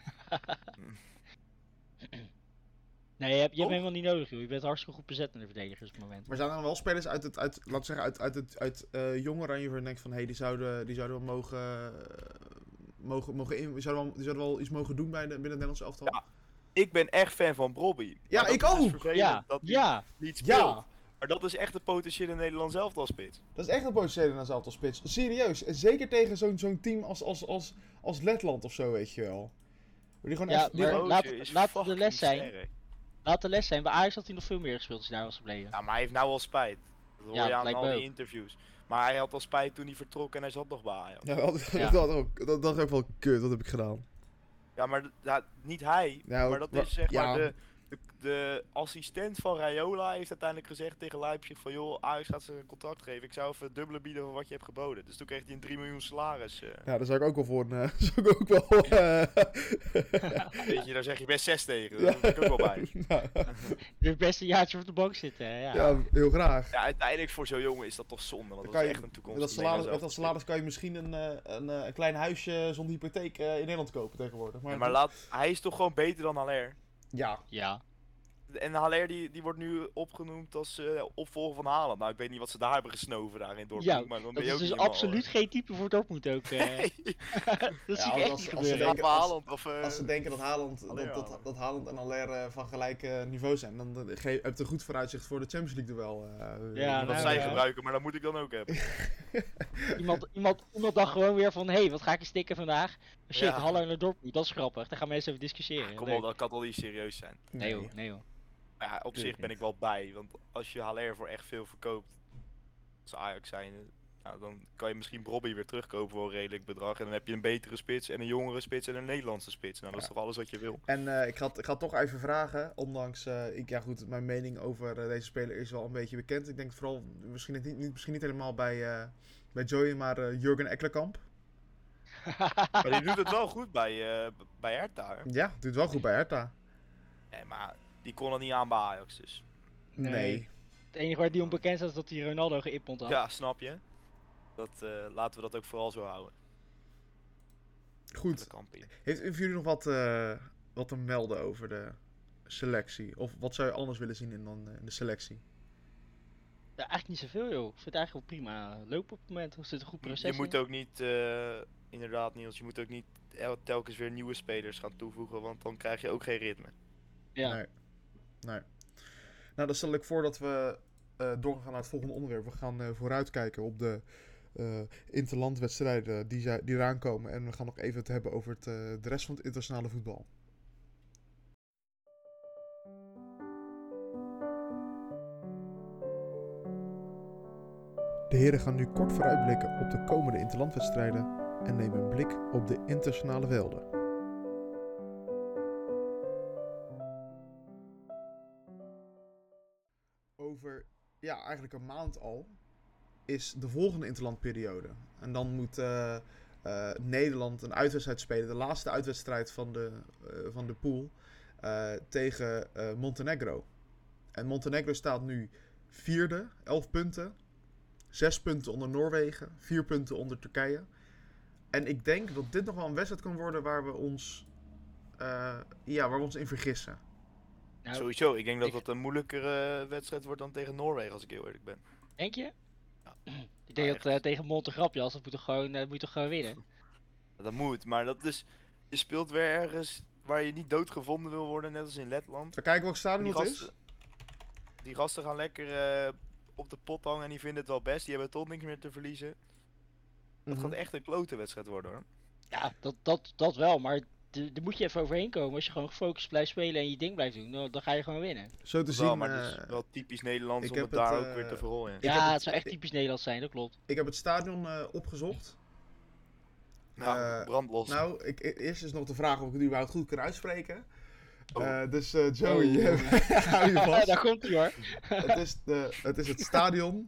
Nee, je hebt hem helemaal niet nodig, joh. Je bent hartstikke goed bezet in de verdedigers op het moment. Maar zijn er dan wel spelers uit Jong Oranje waar je denkt van die zouden wel die zouden wel iets mogen doen binnen het Nederlandse elftal? Ja, ik ben echt fan van Robbie. Ja, ik ook! Dat hij niet speelt. Maar dat is echt een potentiële Nederlands elftalspits. Dat is echt een potentiële Nederlands elftalspits. Serieus. En zeker tegen zo'n team als Letland of zo, weet je wel. Die gewoon laat de les zijn. Laat de les zijn. Bij Ajax had hij nog veel meer gespeeld als hij daar was gebleven. Ja, maar hij heeft nou al spijt. Dat hoor je aan al die interviews. Maar hij had al spijt toen hij vertrok en hij zat nog bij Ajax. Ja, dat is ook wel kut. Wat heb ik gedaan? Ja, maar niet hij. Nou, maar dat is zeg maar de assistent van Rayola heeft uiteindelijk gezegd tegen Leipzig van joh, Ajax gaat ze een contract geven. Ik zou even het dubbele bieden van wat je hebt geboden. Dus toen kreeg hij een 3 miljoen salaris. Ja, daar zou ik ook wel voor. Weet je, daar zeg je best 6 tegen. Daar ben ik ook wel bij. Het beste jaartje op de bank zitten. Ja, heel graag. Ja, uiteindelijk voor zo'n jongen is dat toch zonde. Want dat is echt een toekomst. Met dat salaris kan je misschien een klein huisje zonder hypotheek in Nederland kopen tegenwoordig. Maar hij is toch gewoon beter dan Haller? Ja. En Haller die wordt nu opgenoemd als opvolger van Haaland. Nou, ik weet niet wat ze daar hebben gesnoven daar in Dortmund. Ja, maar dan dat ben je is ook dus niet absoluut geen type voor Dortmund ook. Dat zie ik echt niet gebeuren. Als ze denken dat Haaland en Haller van gelijk niveau zijn, dan heb je een goed vooruitzicht voor de Champions League duel. Dat zij gebruiken, maar dat moet ik dan ook hebben. iemand dacht gewoon weer van, hé, wat ga ik eens stikken vandaag? Shit, Haller naar Dortmund, dat is grappig. Daar gaan mensen even discussiëren. Kom op, dat kan wel niet serieus zijn. Nee joh. Maar ja, op zich ben ik wel bij, want als je Haller voor echt veel verkoopt, als Ajax zijn, nou, dan kan je misschien Robbie weer terugkopen voor een redelijk bedrag. En dan heb je een betere spits en een jongere spits en een Nederlandse spits. Nou, dat is toch alles wat je wil. En ik ga toch even vragen, ondanks, mijn mening over deze speler is wel een beetje bekend. Ik denk vooral, misschien niet helemaal bij Joey, maar Jurgen Ekkelenkamp. Maar die doet het wel goed bij Hertha. Ja, doet het wel goed bij Hertha. Nee, maar die kon er niet aan bij Ajax, dus. Nee. Het enige waar die onbekend is dat hij Ronaldo geïppond had. Ja, snap je. Laten we dat ook vooral zo houden. Goed. Heeft jullie nog wat te melden over de selectie? Of wat zou je anders willen zien in de selectie? Ja, eigenlijk niet zoveel joh. Ik vind het eigenlijk wel prima lopen op het moment. Er zit een goed proces Je moet ook niet, inderdaad Niels, je moet ook niet telkens weer nieuwe spelers gaan toevoegen, want dan krijg je ook geen ritme. Ja. Nee. Nou, dan stel ik voor dat we doorgaan naar het volgende onderwerp. We gaan vooruitkijken op de interlandwedstrijden die eraan komen. En we gaan nog even het hebben over de rest van het internationale voetbal. De heren gaan nu kort vooruitblikken op de komende interlandwedstrijden en nemen een blik op de internationale velden. Over, eigenlijk een maand al, is de volgende interlandperiode. En dan moet Nederland een uitwedstrijd spelen, de laatste uitwedstrijd van de pool, tegen Montenegro. En Montenegro staat nu 4e, 11 punten. 6 punten onder Noorwegen, 4 punten onder Turkije. En ik denk dat dit nog wel een wedstrijd kan worden waar we ons in vergissen. Nou, sowieso, ik denk dat dat een moeilijkere wedstrijd wordt dan tegen Noorwegen, als ik heel eerlijk ben. Denk je? Ja. Ik denk dat tegen Montegrapjas, dat moet je toch gewoon winnen? Dat moet, maar dat is... Je speelt weer ergens waar je niet doodgevonden wil worden, net als in Letland. We kijken welk stadion het is. Die gasten gaan lekker op de pot hangen en die vinden het wel best. Die hebben toch niks meer te verliezen. Dat gaat echt een klote wedstrijd worden, hoor. Ja, dat wel, maar daar moet je even overheen komen. Als je gewoon gefocust blijft spelen en je ding blijft doen, dan ga je gewoon winnen. Zo te zien. Maar het is wel typisch Nederlands om het daar ook weer te verrollen. Ja, het zou echt typisch Nederlands zijn, dat klopt. Ik heb het stadion opgezocht. Brandlos. Eerst is nog de vraag of ik het überhaupt goed kan uitspreken. Dus Joey, hou je vast. Daar komt hij, hoor. Het is het stadion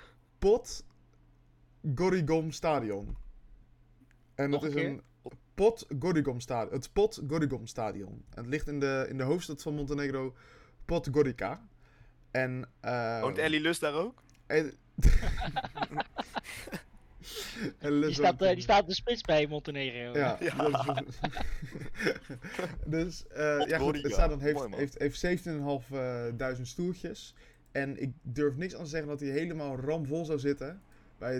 Podgoricom Stadion. En dat is een Podgoricom Stadion. Het Podgoricom Stadion. En het ligt in de hoofdstad van Montenegro, Podgorica. En woont Ellie Lust daar ook? Die staat op de spits bij Montenegro. Ja. Dus goed, het stadion heeft 17.500 stoeltjes. En ik durf niks aan te zeggen dat hij helemaal ramvol zou zitten bij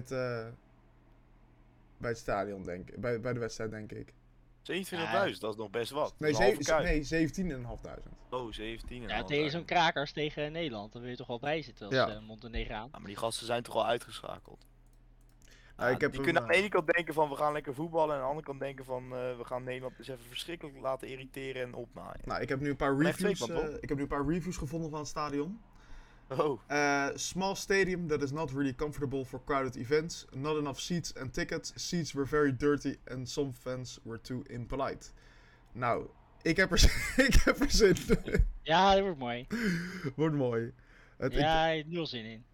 het stadion, denk ik. Bij de wedstrijd, denk ik. 27.000, dat is nog best wat. Nee, 17.500. Oh, 17.500. Ja, tegen zo'n krakers tegen Nederland, dan wil je toch wel bij zitten als Montenegraan. Ja, maar die gasten zijn toch al uitgeschakeld. Die kunnen aan de ene kant denken van we gaan lekker voetballen en aan de andere kant denken van we gaan Nederland eens even verschrikkelijk laten irriteren en opnaaien. Nou, ik heb nu een paar reviews gevonden van het stadion. Small stadium that is not really comfortable for crowded events. Not enough seats and tickets. Seats were very dirty and some fans were too impolite. Nou, ik heb er zin in. Ja, dat wordt mooi. Wordt mooi. Ja, je hebt nul zin in.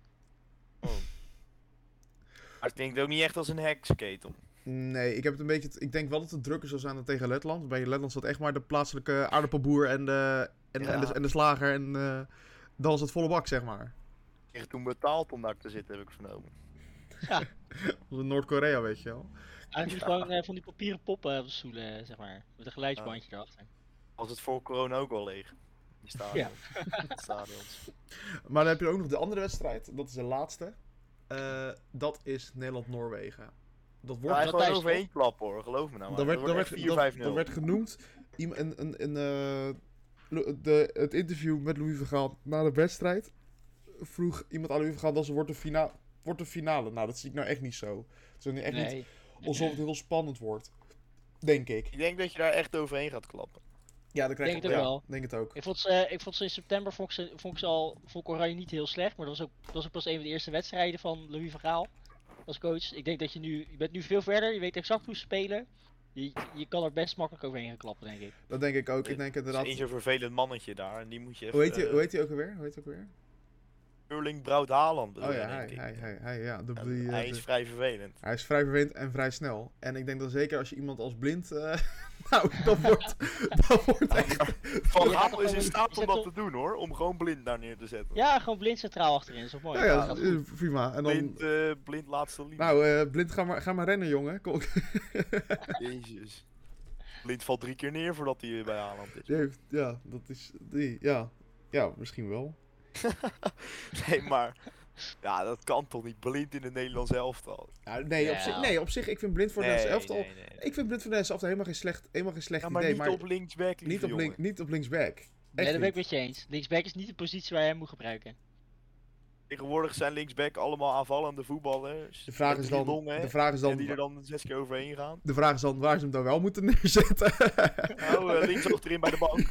Maar het klinkt ook niet echt als een heksenketel. Nee, ik denk wel dat het drukker zal zijn dan tegen Letland. Bij Letland zat echt maar de plaatselijke aardappelboer en de slager en dan is het volle bak, zeg maar. Je hebt toen betaald om daar te zitten, heb ik vernomen. Ja. Dat is Noord-Korea, weet je wel. Eigenlijk gewoon van die papieren poppen op de stoelen, zeg maar. Met een geluidsbandje erachter. Was het voor corona ook al leeg? Die stadions. Maar dan heb je ook nog de andere wedstrijd. Dat is de laatste. Dat is Nederland-Noorwegen. Dat wordt gewoon overheen klappen, hoor. Geloof me nou maar. Dat werd genoemd. Het interview met Louis van Gaal na de wedstrijd vroeg iemand aan Louis van Gaal dat ze wordt de finale. Nou, dat zie ik nou echt niet zo. Het is nu echt niet alsof het heel spannend wordt. Denk ik. Ik denk dat je daar echt overheen gaat klappen. Ja, dat krijg ik wel. Denk het ook. Ik vond ze in september vond ik Oranje niet heel slecht, maar dat was ook pas een van de eerste wedstrijden van Louis van Gaal als coach. Ik denk dat je bent nu veel verder, je weet exact hoe ze spelen. Je kan er best makkelijk overheen gaan klappen, denk ik. Dat denk ik ook. Ik denk inderdaad. Er is een vervelend mannetje daar en die moet je even... Hoe heet hij ook alweer? Erling Braut Haaland. Hij is vrij vervelend. Hij is vrij vervelend en vrij snel. En ik denk dat zeker als je iemand als blind... dat wordt echt... Van Gaal is in staat om dat te doen, hoor. Om gewoon blind daar neer te zetten. Ja, gewoon blind centraal achterin. Dat is wel mooi. Ja, prima. En dan... Blind laatste linie. Nou, blind, ga maar rennen, jongen. Kom. Jezus. Blind valt 3 keer neer voordat hij bij Haaland is. Ja, dat is... Ja, misschien wel. Nee, maar... Ja, dat kan toch niet. Blind in het Nederlands elftal. Ja, op zich, ik vind blind voor het Nederlands elftal... Nee. Ik vind blind voor het Nederlands elftal helemaal geen slecht maar idee. Niet op linksback, niet op linksback. Nee, dat ben ik met je eens. Linksback is niet de positie waar je hem moet gebruiken. Tegenwoordig zijn linksback allemaal aanvallende voetballers. De vraag is dan... die er dan 6 keer overheen gaan. De vraag is dan waar ze hem dan wel moeten neerzetten. Nou, links achterin bij de bank.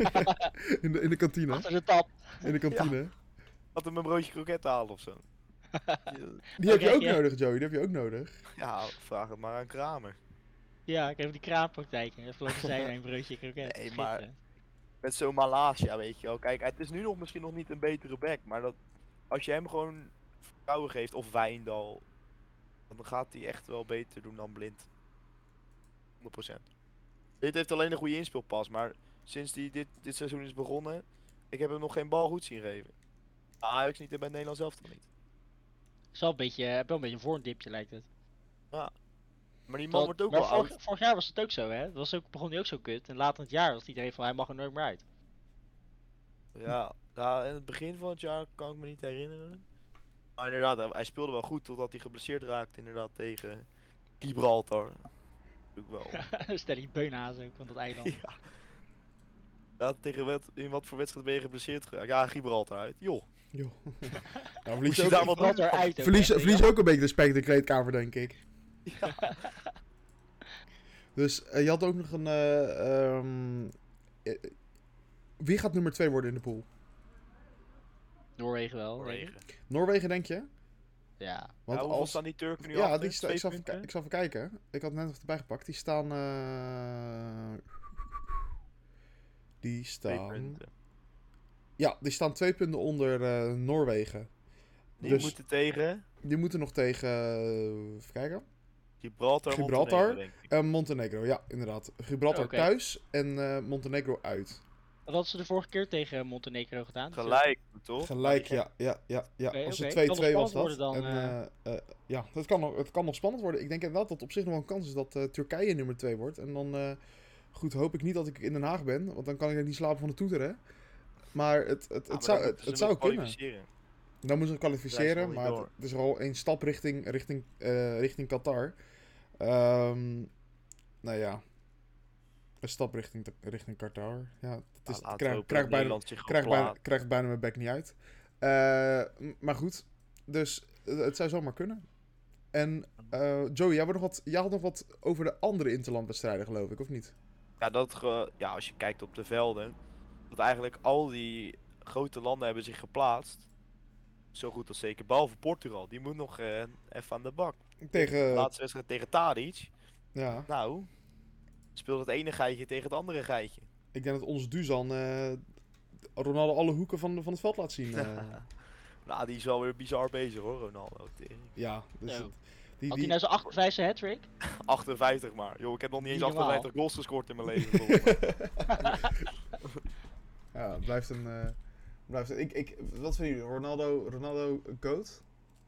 in de kantine. Achter de tap. In de kantine. Had hem een broodje kroket halen of zo. Die heb je ook Oké, nodig, Joey. Die heb je ook nodig. Ja, vraag het maar aan Kramer. Ja, ik heb die kraampraktijk. Even lopen zijn een broodje kroket. Nee, maar- Schitterend. Met zo'n Malasia, weet je wel. Kijk, het is nu misschien nog niet een betere back, maar als je hem gewoon vertrouwen geeft, of Wijndal, dan gaat hij echt wel beter doen dan Blind. 100%. Dit heeft alleen een goede inspeelpas, maar sinds dit seizoen is begonnen, ik heb hem nog geen bal goed zien geven. Ajax niet en bij Nederland zelf toch niet. Is wel een beetje een vormdipje lijkt het. Maar die man wordt ook wel oud. Vorig jaar was het ook zo, hè? Begon hij ook zo kut. En later in het jaar was iedereen van hij mag er nooit meer uit. Ja, in het begin van het jaar kan ik me niet herinneren. Maar inderdaad, hij speelde wel goed totdat hij geblesseerd raakte inderdaad tegen Gibraltar. Ook wel. Stel die beunhazen ook van dat eiland. Ja. Ja, in wat voor wedstrijd ben je geblesseerd geraakt? Ja, Gibraltar uit. Joh. Joh. Nou, Moest je daar wat Wat doen? eruit ook, verlies hè? ook een beetje respect in de kleedkamer, denk ik. Ja. Dus je had ook nog een... wie gaat nummer 2 worden in de pool? Noorwegen wel. denk ik. Noorwegen. Noorwegen, denk je? Ja. Want Hoeveel staan die Turken nu Ja, achter? ik Twee zal punten? even kijken. Ik had het net even erbij gepakt. Die staan... Twee staan... punten. Ja, die staan 2 punten onder Noorwegen. Die Dus- moeten tegen Die moeten nog tegen... even kijken. Gibraltar, Gibraltar. Montenegro, denk ik. Montenegro, ja, inderdaad. Gibraltar Oké. thuis en Montenegro uit. Wat hadden ze de vorige keer tegen Montenegro gedaan? Gelijk, toch? Gelijk, ja. Oké, Als oké. het 2-2 Kan nog was spannend dat. worden dan, Ja, het kan nog spannend worden. Ik denk inderdaad dat op zich nog wel een kans is dat Turkije nummer 2 wordt. En dan, goed, hoop ik niet dat ik in Den Haag ben. Want dan kan ik niet slapen van de toeteren. Maar het zou kunnen. Dan moeten ze kwalificeren, Blijft wel maar niet het is al een stap richting Qatar. Nou ja, een stap richting Qatar. Ja, het is, krijg bijna mijn bek niet uit. Maar goed, dus het zou zomaar kunnen. En Joey, jij had nog wat over de andere interlandwedstrijden, geloof ik, of niet? Ja, als je kijkt op de velden, dat eigenlijk al die grote landen hebben zich geplaatst. Zo goed als zeker, behalve Portugal. Die moet nog even aan de bak. De laatste wedstrijd tegen Tadic. Ja. Nou, speelt het ene geitje tegen het andere geitje. Ik denk dat onze Dusan Ronaldo alle hoeken van het veld laat zien. Nou, die is wel weer bizar bezig hoor, Ronaldo. Ja, dus Ja. die Had hij nou zijn 58e hat-trick? 58 maar. Joh, ik heb nog niet eens Niet normaal. 58 goals gescoord in mijn leven. volgens mij. Ja, het blijft een... wat vinden jullie? Ronaldo GOAT?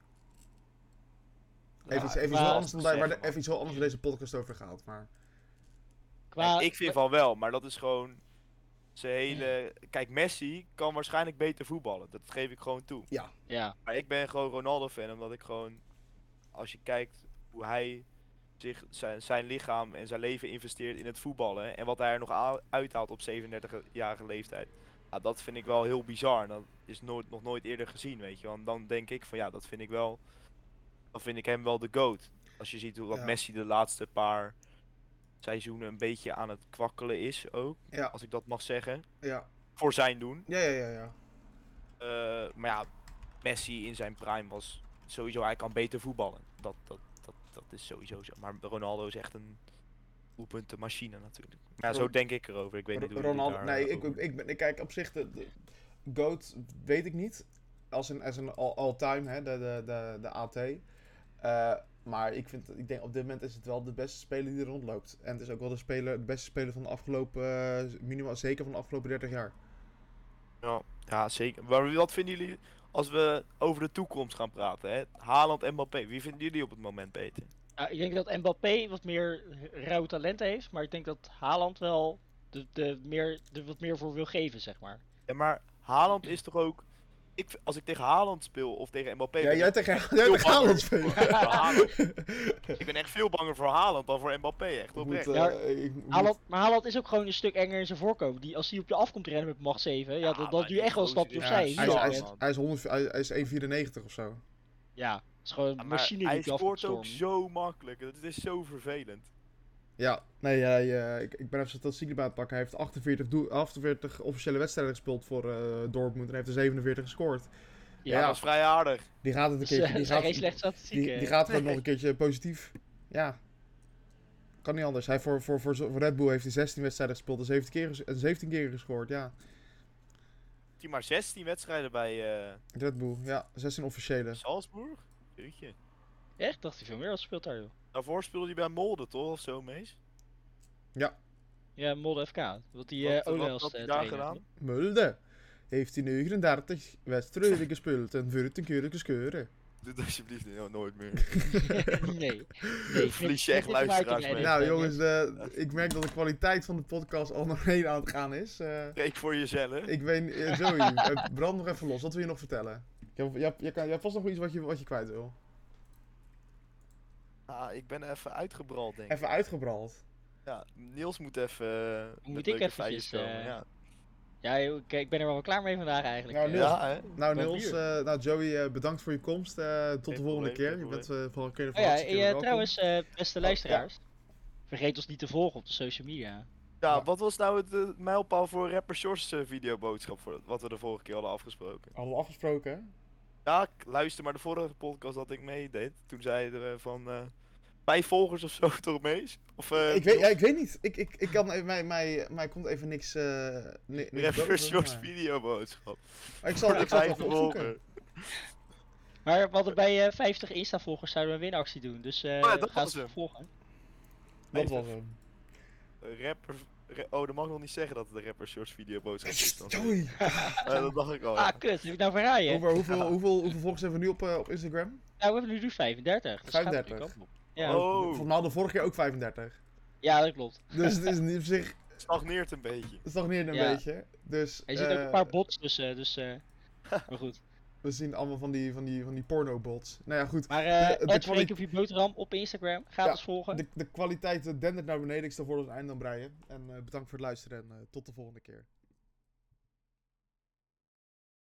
Even iets heel anders dan even iets heel anders waar deze podcast over gaat, maar... Kijk, ik vind van wel, maar dat is gewoon zijn hele... Kijk, Messi kan waarschijnlijk beter voetballen. Dat geef ik gewoon toe. Ja. Maar ik ben gewoon Ronaldo-fan, omdat ik gewoon... Als je kijkt hoe hij zijn lichaam en zijn leven investeert in het voetballen... En wat hij er nog uithaalt op 37-jarige leeftijd... Ja, dat vind ik wel heel bizar. Dat is nog nooit eerder gezien, weet je. Want dan denk ik van ja, dat vind ik wel... Dan vind ik hem wel de GOAT. Als je ziet hoe wat Messi de laatste paar seizoenen een beetje aan het kwakkelen is ook. Ja. Als ik dat mag zeggen. Ja. Voor zijn doen. Ja. Maar ja, Messi in zijn prime was sowieso, hij kan beter voetballen. Dat is sowieso zo. Maar Ronaldo is echt een doelpuntenmachine natuurlijk. Maar ja, zo denk ik erover. Ik weet niet hoe Ronaldo, daar nee, over... ik kijk op zich de GOAT weet ik niet. Als een all-time, hè, de AT. Maar ik denk op dit moment is het wel de beste speler die er rondloopt. En het is ook wel de beste speler van de afgelopen, minimaal zeker van de afgelopen 30 jaar. Ja, zeker. Maar wat vinden jullie als we over de toekomst gaan praten? Hè? Haaland en Mbappé, wie vinden jullie op het moment beter? Ik denk dat Mbappé wat meer rauw talent heeft, maar ik denk dat Haaland wel er wat meer voor wil geven, zeg maar. Ja, maar Haaland is toch ook... als ik tegen Haaland speel of tegen Mbappé... Ja, jij tegen Haaland spelen. Ik ben echt veel banger voor Haaland dan voor Mbappé, echt oprecht. Maar Haaland is ook gewoon een stuk enger in zijn voorkomen. Als hij op je af komt rennen met macht 7, dat doe je echt wel een stapje opzij. Hij is 1,94 of zo. Ja, het is gewoon een machine die hij je af komt scoort ook stormen. zo makkelijk, het is zo vervelend. Ja, nee, ik ben even statistieken bij het pakken. Hij heeft 48 officiële wedstrijden gespeeld voor Dortmund en heeft er 47 gescoord. Ja, dat is vrij aardig. Die gaat het een Dus, keertje... dat zijn geen slechte statistieken. Die gaat het ook nog een keertje positief. Ja. Kan niet anders. Hij voor Red Bull heeft hij 16 wedstrijden gespeeld en 17 keer gescoord, ja. Heeft hij maar 16 wedstrijden bij Red Bull, ja. 16 officiële. Salzburg? Jeetje. Echt? Dacht hij veel meer als speelt daar, joh. Daarvoor speelde hij bij Molde, toch? Of zo, Mees? Ja, Molde FK. Wat die Wat Olels had hij daar trainer. gedaan? Mulde heeft hij 39 wedstrijden gespeeld en 14 keer gescoord. Doe het alsjeblieft nooit meer. Nee. Verlies je echt dit maakt luisteraars het mee. Nou jongens, ik merk dat de kwaliteit van de podcast al naar beneden aan het gaan is. Spreek voor jezelf. Ik weet, Joey, brand nog even los. Wat wil je nog vertellen? Je hebt vast nog iets wat je kwijt wil. Ah, ik ben even uitgebrald, denk ik. Even uitgebrand. Ja, Niels moet even Moet met ik leuke eventjes, feitjes komen. Ja. Ja, joh, ik ben er wel klaar mee vandaag eigenlijk. Nou, Niels, Ja, hè? Nou Met Niels, bier. Joey, bedankt voor je komst. Tot de volgende probleem, keer. geen Je bent probleem. volgende keer Oh van ja, hartstikke welkom. trouwens, beste luisteraars. Vergeet ons niet te volgen op de social media. Ja, wat was nou het mijlpaal voor Rapper Shorts videoboodschap voor wat we de vorige keer hadden afgesproken? Hadden we afgesproken, hè? Ja, luister maar de vorige podcast dat ik meedeed. Toen zeiden we van 5 volgers of zo toch, Mees? Of, Ik weet niet. Ik kan, mij komt even niks niks Rapper boven, Shorts maar- videoboodschap. Maar ik zal het even Vijf opzoeken. volgers. Maar we hadden bij 50 Insta-volgers zouden we een winactie doen. Dus ja, dat ga was ze hem. volgen. Dat was hem. Oh, dat mag ik nog niet zeggen dat het de Rapper Shorts videoboodschap is. Dan. Joey! Dat dacht ik al. Ah, Ja. kut. Heb ik nou verraaien? Hoeveel volgers hebben we nu op Instagram? Nou, we hebben nu 35. Dus het gaat de 35. goede kant op. Ja. Oh. Volgens mij hadden we vorige keer ook 35. Ja, dat klopt. Dus het is niet op zich... Stagneert een beetje. Het stagneert een Ja. beetje. Dus Er zitten ook een paar bots tussen, dus... maar goed. we zien allemaal van die porno-bots. Nou ja, goed. Maar de Freek of je boterham op Instagram. Ga Ja, ons volgen. De kwaliteit dendert naar beneden. Ik stel voor dat we het einde dan breien. En bedankt voor het luisteren en tot de volgende keer.